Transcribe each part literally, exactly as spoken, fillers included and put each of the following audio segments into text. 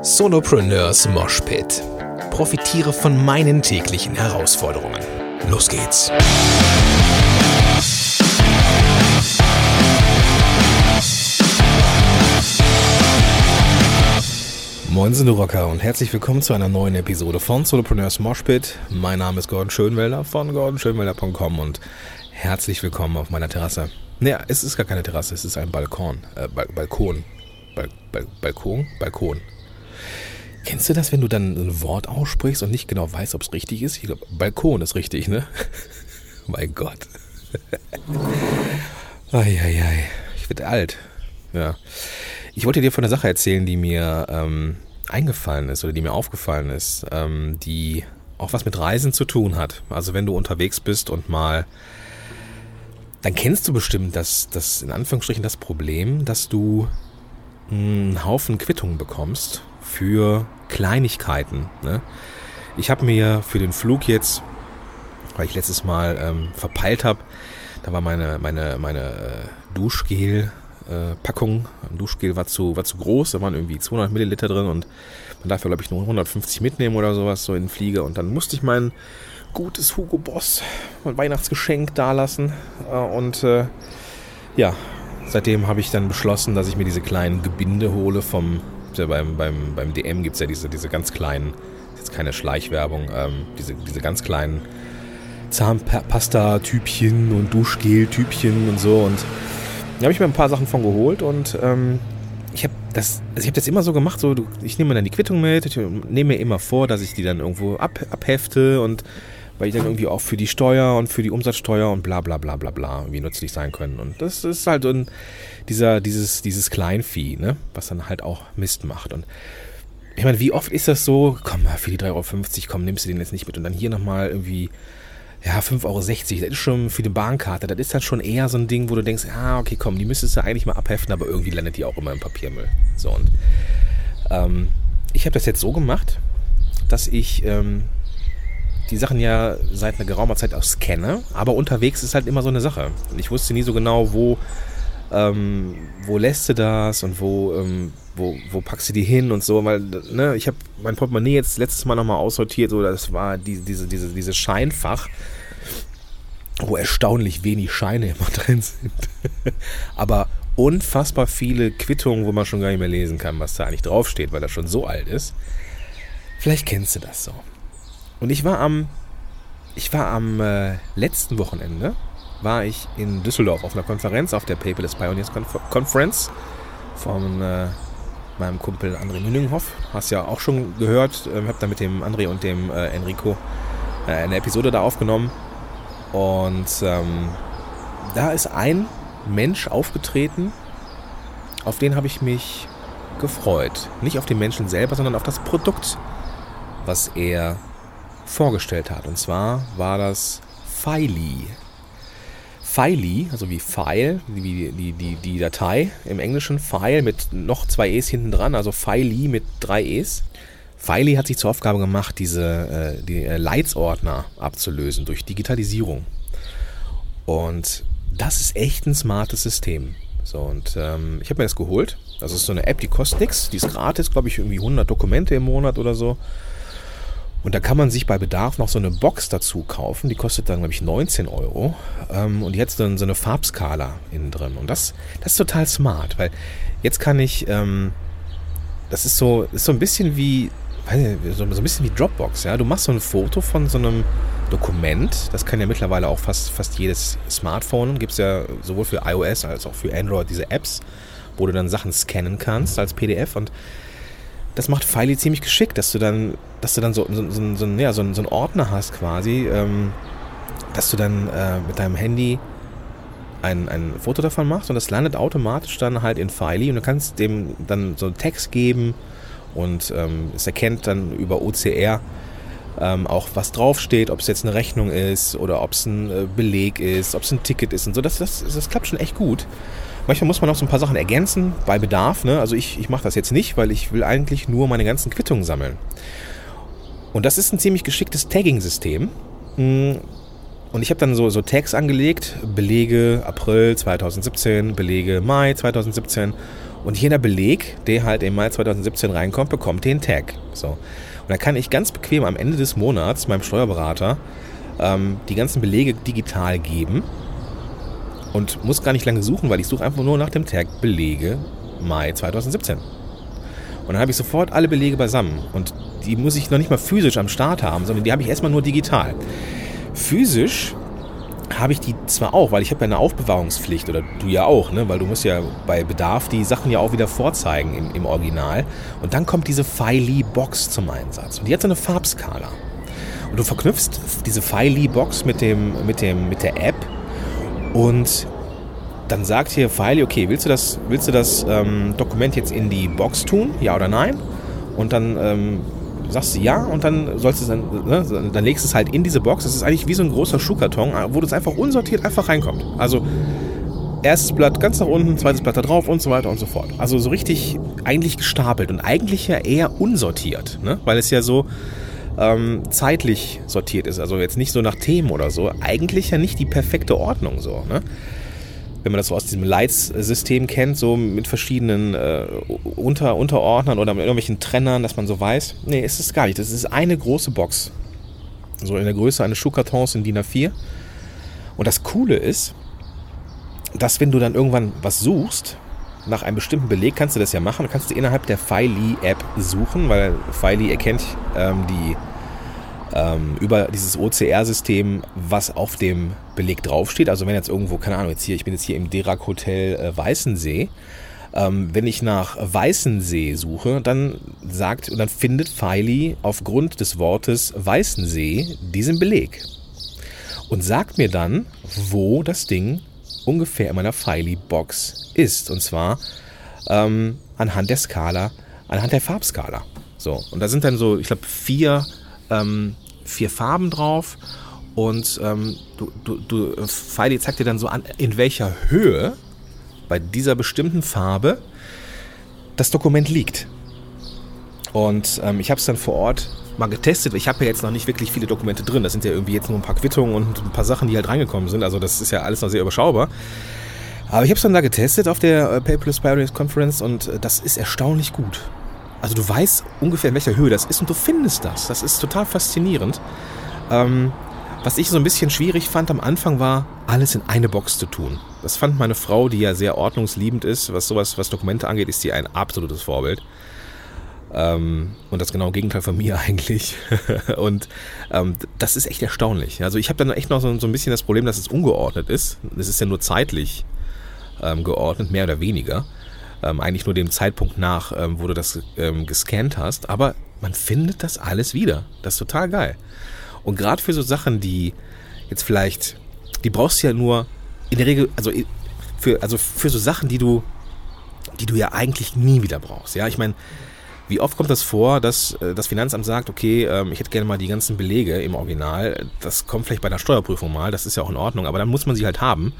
Solopreneurs Moshpit. Profitiere von meinen täglichen Herausforderungen. Los geht's! Moinsen du Rocker und herzlich willkommen zu einer neuen Episode von Solopreneurs Moshpit. Mein Name ist Gordon Schönwelder von gordon schönwelder punkt com und herzlich willkommen auf meiner Terrasse. Naja, es ist gar keine Terrasse, es ist ein Balkon. Äh, ba- Balkon. Bal- Bal- Balkon? Balkon. Kennst du das, wenn du dann ein Wort aussprichst und nicht genau weißt, ob es richtig ist? Ich glaube, Balkon ist richtig, ne? Mein Gott. Eieiei, ich werde alt. Ja. Ich wollte dir von einer Sache erzählen, die mir ähm, eingefallen ist oder die mir aufgefallen ist, ähm, die auch was mit Reisen zu tun hat. Also wenn du unterwegs bist und mal, dann kennst du bestimmt das, das in Anführungsstrichen das Problem, dass du einen Haufen Quittungen bekommst für Kleinigkeiten. Ne? Ich habe mir für den Flug jetzt, weil ich letztes Mal ähm, verpeilt habe, da war meine, meine, meine äh, Duschgel Äh, Packung, Duschgel war zu, war zu groß, da waren irgendwie zweihundert Milliliter drin und man darf ja, glaube ich, nur hundertfünfzig mitnehmen oder sowas, so in den Flieger. Und dann musste ich mein gutes Hugo Boss, mein Weihnachtsgeschenk dalassen. Äh, und äh, ja, seitdem habe ich dann beschlossen, dass ich mir diese kleinen Gebinde hole vom, ja, beim, beim, beim D M gibt es ja diese, diese ganz kleinen, jetzt keine Schleichwerbung, ähm, diese, diese ganz kleinen Zahnpasta-Tübchen und Duschgel-Tübchen und so. Und da habe ich mir ein paar Sachen von geholt und ähm, ich habe das, also ich habe das immer so gemacht, so ich nehme mir dann die Quittung mit, ich nehme mir immer vor, dass ich die dann irgendwo ab, abhefte und weil ich dann irgendwie auch für die Steuer und für die Umsatzsteuer und bla bla bla bla bla irgendwie nützlich sein können. Und das ist halt so ein, dieser, dieses, dieses Kleinvieh, ne, was dann halt auch Mist macht. Und ich meine, wie oft ist das so, komm mal, für die drei Euro fünfzig, komm, nimmst du den jetzt nicht mit und dann hier nochmal irgendwie ja, fünf Euro sechzig, das ist schon für die Bahnkarte, das ist dann schon eher so ein Ding, wo du denkst, ah, okay, komm, die müsstest du eigentlich mal abheften, aber irgendwie landet die auch immer im Papiermüll. So, und ähm, ich habe das jetzt so gemacht, dass ich ähm, die Sachen ja seit einer geraumer Zeit auch scanne, aber unterwegs ist halt immer so eine Sache. Und ich wusste nie so genau, wo, ähm, wo lässt du das und wo, ähm, wo, wo packst du die hin und so, weil, ne, ich habe mein Portemonnaie jetzt letztes Mal nochmal aussortiert, so, das war die, diese, diese, dieses Scheinfach, wo erstaunlich wenig Scheine immer drin sind. Aber unfassbar viele Quittungen, wo man schon gar nicht mehr lesen kann, was da eigentlich draufsteht, weil das schon so alt ist. Vielleicht kennst du das so. Und ich war am, ich war am äh, letzten Wochenende, war ich in Düsseldorf auf einer Konferenz, auf der Paperless Pioneers Conference von äh, meinem Kumpel André Müninghoff. Hast ja auch schon gehört, äh, hab da mit dem André und dem äh, Enrico äh, eine Episode da aufgenommen. Und ähm, da ist ein Mensch aufgetreten, auf den habe ich mich gefreut. Nicht auf den Menschen selber, sondern auf das Produkt, was er vorgestellt hat. Und zwar war das Filey. Filey, also wie File, wie die, die, die Datei im Englischen, File mit noch zwei E's hinten dran, also Filey mit drei E's. Filey hat sich zur Aufgabe gemacht, diese äh, die äh, Leitsordner abzulösen durch Digitalisierung. Und das ist echt ein smartes System. So, und ähm, ich habe mir das geholt. Das ist so eine App, die kostet nichts, die ist gratis, glaube ich, irgendwie hundert Dokumente im Monat oder so. Und da kann man sich bei Bedarf noch so eine Box dazu kaufen, die kostet dann, glaube ich, neunzehn Euro. Ähm, und jetzt dann so eine Farbskala innen drin. Und das, das ist total smart, weil jetzt kann ich, ähm, das ist so, ist so ein bisschen wie, weiß nicht, so, so ein bisschen wie Dropbox, ja. Du machst so ein Foto von so einem Dokument, das kann ja mittlerweile auch fast, fast jedes Smartphone, gibt es ja sowohl für iOS als auch für Android diese Apps, wo du dann Sachen scannen kannst als P D F und das macht Filey ziemlich geschickt, dass du dann, dass du dann so, so, so, so, ja, so, so einen Ordner hast quasi, ähm, dass du dann äh, mit deinem Handy ein, ein Foto davon machst und das landet automatisch dann halt in Filey und du kannst dem dann so einen Text geben und ähm, es erkennt dann über O C R ähm, auch, was draufsteht, ob es jetzt eine Rechnung ist oder ob es ein äh, Beleg ist, ob es ein Ticket ist und so. Das, das, das klappt schon echt gut. Manchmal muss man auch so ein paar Sachen ergänzen, bei Bedarf. Ne? Also ich, ich mache das jetzt nicht, weil ich will eigentlich nur meine ganzen Quittungen sammeln. Und das ist ein ziemlich geschicktes Tagging-System. Und ich habe dann so, so Tags angelegt, Belege April zweitausendsiebzehn, Belege Mai zweitausendsiebzehn Und jeder Beleg, der halt im Mai zwanzig siebzehn reinkommt, bekommt den Tag. So. Und dann kann ich ganz bequem am Ende des Monats meinem Steuerberater ähm, die ganzen Belege digital geben und muss gar nicht lange suchen, weil ich suche einfach nur nach dem Tag Belege Mai zwanzig siebzehn. Und dann habe ich sofort alle Belege beisammen. Und die muss ich noch nicht mal physisch am Start haben, sondern die habe ich erstmal nur digital. Physisch habe ich die zwar auch, weil ich habe ja eine Aufbewahrungspflicht, oder du ja auch, ne? Weil du musst ja bei Bedarf die Sachen ja auch wieder vorzeigen im, im Original. Und dann kommt diese Filey-Box zum Einsatz. Und die hat so eine Farbskala. Und du verknüpfst diese Filey-Box mit, dem, mit, dem, mit der App und dann sagt hier Filey, okay, willst du das, willst du das ähm, Dokument jetzt in die Box tun, ja oder nein? Und dann ähm, sagst du ja und dann sollst du es dann, ne, dann legst du es halt in diese Box. Das ist eigentlich wie so ein großer Schuhkarton, wo das einfach unsortiert einfach reinkommt. Also erstes Blatt ganz nach unten, zweites Blatt da drauf und so weiter und so fort. Also so richtig eigentlich gestapelt und eigentlich ja eher unsortiert, ne? Weil es ja so ähm, zeitlich sortiert ist. Also jetzt nicht so nach Themen oder so. Eigentlich ja nicht die perfekte Ordnung so, ne? Wenn man das so aus diesem Leitssystem kennt, so mit verschiedenen äh, Unter, Unterordnern oder mit irgendwelchen Trennern, dass man so weiß. Nee, ist es gar nicht. Das ist eine große Box. So in der Größe eines Schuhkartons in D I N A vier. Und das Coole ist, dass wenn du dann irgendwann was suchst, nach einem bestimmten Beleg kannst du das ja machen. Du kannst du innerhalb der Filey-App suchen, weil Filey erkennt ähm, die ähm, über dieses O C R-System, was auf dem Beleg draufsteht. Also wenn jetzt irgendwo, keine Ahnung, jetzt hier, ich bin jetzt hier im Derac Hotel äh, Weißensee. Ähm, wenn ich nach Weißensee suche, dann sagt und dann findet Filey aufgrund des Wortes Weißensee diesen Beleg und sagt mir dann, wo das Ding ungefähr in meiner Filey-Box ist. Und zwar ähm, anhand der Skala, anhand der Farbskala. So, und da sind dann so, ich glaube, vier, ähm, vier Farben drauf. Und ähm, du, du, du, Filey zeigt dir dann so an, in welcher Höhe bei dieser bestimmten Farbe das Dokument liegt. Und ähm, ich habe es dann vor Ort mal getestet. Ich habe ja jetzt noch nicht wirklich viele Dokumente drin. Das sind ja irgendwie jetzt nur ein paar Quittungen und ein paar Sachen, die halt reingekommen sind. Also das ist ja alles noch sehr überschaubar. Aber ich habe es dann da getestet auf der äh, Paperless Pirates Conference und äh, das ist erstaunlich gut. Also du weißt ungefähr, in welcher Höhe das ist und du findest das. Das ist total faszinierend. Ähm, was ich so ein bisschen schwierig fand am Anfang war, alles in eine Box zu tun. Das fand meine Frau, die ja sehr ordnungsliebend ist, was sowas, was Dokumente angeht, ist die ein absolutes Vorbild. Ähm, und das genaue Gegenteil von mir eigentlich. Und ähm, das ist echt erstaunlich. Also ich habe dann echt noch so, so ein bisschen das Problem, dass es ungeordnet ist. Es ist ja nur zeitlich ähm, geordnet, mehr oder weniger. Ähm, eigentlich nur dem Zeitpunkt nach, ähm, wo du das ähm, gescannt hast. Aber man findet das alles wieder. Das ist total geil. Und gerade für so Sachen, die jetzt vielleicht, die brauchst du ja nur in der Regel, also für, also für so Sachen, die du, die du ja eigentlich nie wieder brauchst. Ja, ich meine, wie oft kommt das vor, dass das Finanzamt sagt, okay, ähm, ich hätte gerne mal die ganzen Belege im Original. Das kommt vielleicht bei der Steuerprüfung mal, das ist ja auch in Ordnung, aber dann muss man sie halt haben.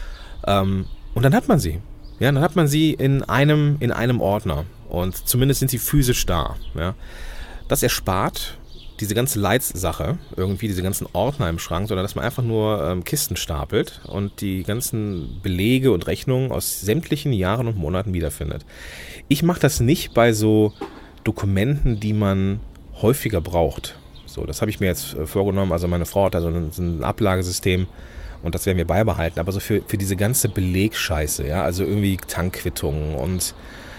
Ähm, und dann hat man sie. Ja, dann hat man sie in einem, in einem Ordner. Und zumindest sind sie physisch da. Ja. Das erspart diese ganze Leitsache, irgendwie diese ganzen Ordner im Schrank, sondern dass man einfach nur ähm, Kisten stapelt und die ganzen Belege und Rechnungen aus sämtlichen Jahren und Monaten wiederfindet. Ich mache das nicht bei so Dokumenten, die man häufiger braucht. So, das habe ich mir jetzt äh, vorgenommen. Also meine Frau hat da so ein, so ein Ablagesystem und das werden wir beibehalten. Aber so für, für diese ganze Belegscheiße, ja, also irgendwie Tankquittungen und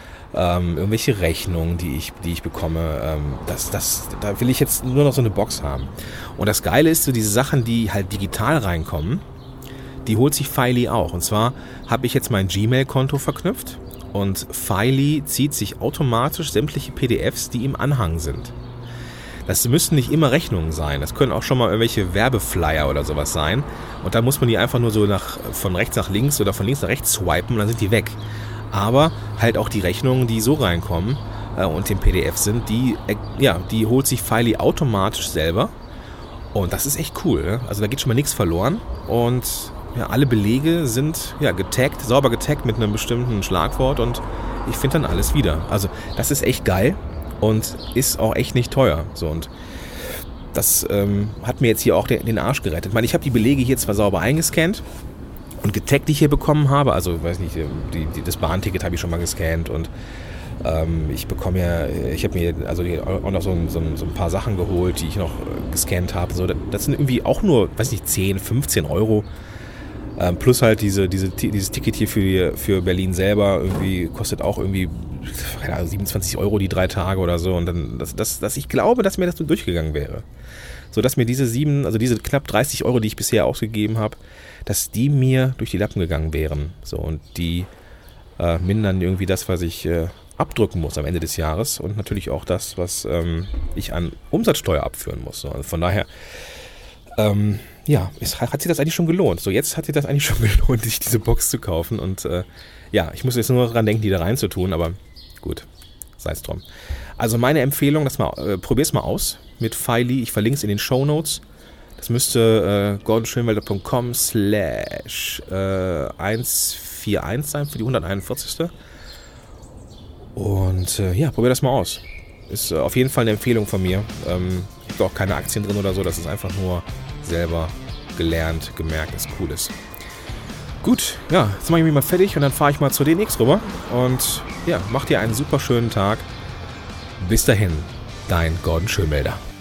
Ähm, irgendwelche Rechnungen, die ich, die ich bekomme, ähm, das, das, da will ich jetzt nur noch so eine Box haben. Und das Geile ist, so diese Sachen, die halt digital reinkommen, die holt sich Filey auch. Und zwar habe ich jetzt mein Gmail-Konto verknüpft und Filey zieht sich automatisch sämtliche P D Fs, die im Anhang sind. Das müssen nicht immer Rechnungen sein. Das können auch schon mal irgendwelche Werbeflyer oder sowas sein. Und da muss man die einfach nur so nach, von rechts nach links oder von links nach rechts swipen und dann sind die weg. Aber halt auch die Rechnungen, die so reinkommen äh, und im P D F sind, die, äh, ja, die holt sich Filey automatisch selber. Und das ist echt cool. Ne? Also da geht schon mal nichts verloren. Und ja, alle Belege sind ja getaggt, sauber getaggt mit einem bestimmten Schlagwort und ich finde dann alles wieder. Also das ist echt geil und ist auch echt nicht teuer. So, und das ähm, hat mir jetzt hier auch den, den Arsch gerettet. Ich meine, ich habe die Belege hier zwar sauber eingescannt, und getaggt, die ich hier bekommen habe. Also, weiß nicht, die, die, das Bahnticket habe ich schon mal gescannt und ähm, ich bekomme ja, ich habe mir also auch noch so, so, so ein paar Sachen geholt, die ich noch gescannt habe. So, das sind irgendwie auch nur, weiß nicht, zehn, fünfzehn Euro. Ähm, plus halt diese, diese, dieses Ticket hier für, für Berlin selber irgendwie kostet auch irgendwie ja, siebenundzwanzig Euro die drei Tage oder so. Und dann, dass, dass, dass ich glaube, dass mir das so durchgegangen wäre. So dass mir diese sieben, also diese knapp dreißig Euro, die ich bisher ausgegeben habe, dass die mir durch die Lappen gegangen wären. So, und die äh, mindern irgendwie das, was ich äh, abdrücken muss am Ende des Jahres und natürlich auch das, was ähm, ich an Umsatzsteuer abführen muss. So, also von daher ähm, ja, es hat, hat sich das eigentlich schon gelohnt. So, jetzt hat sich das eigentlich schon gelohnt, sich diese Box zu kaufen. Und äh, ja, ich muss jetzt nur dran denken, die da reinzutun, aber gut, sei es drum. Also meine Empfehlung, das mal, äh, probier's mal aus mit Filey. Ich verlinke es in den Shownotes. Das müsste äh, gordonschönwelder.com slash hunderteinundvierzig sein für die hunderteinundvierzigste. Und äh, ja, probier das mal aus. Ist äh, auf jeden Fall eine Empfehlung von mir. Ähm, ich habe auch keine Aktien drin oder so, das ist einfach nur selber gelernt, gemerkt, dass cool ist. Gut, ja, jetzt mache ich mich mal fertig und dann fahre ich mal zur D N X rüber. Und ja, mach dir einen super schönen Tag. Bis dahin, dein Gordon Schönwelder.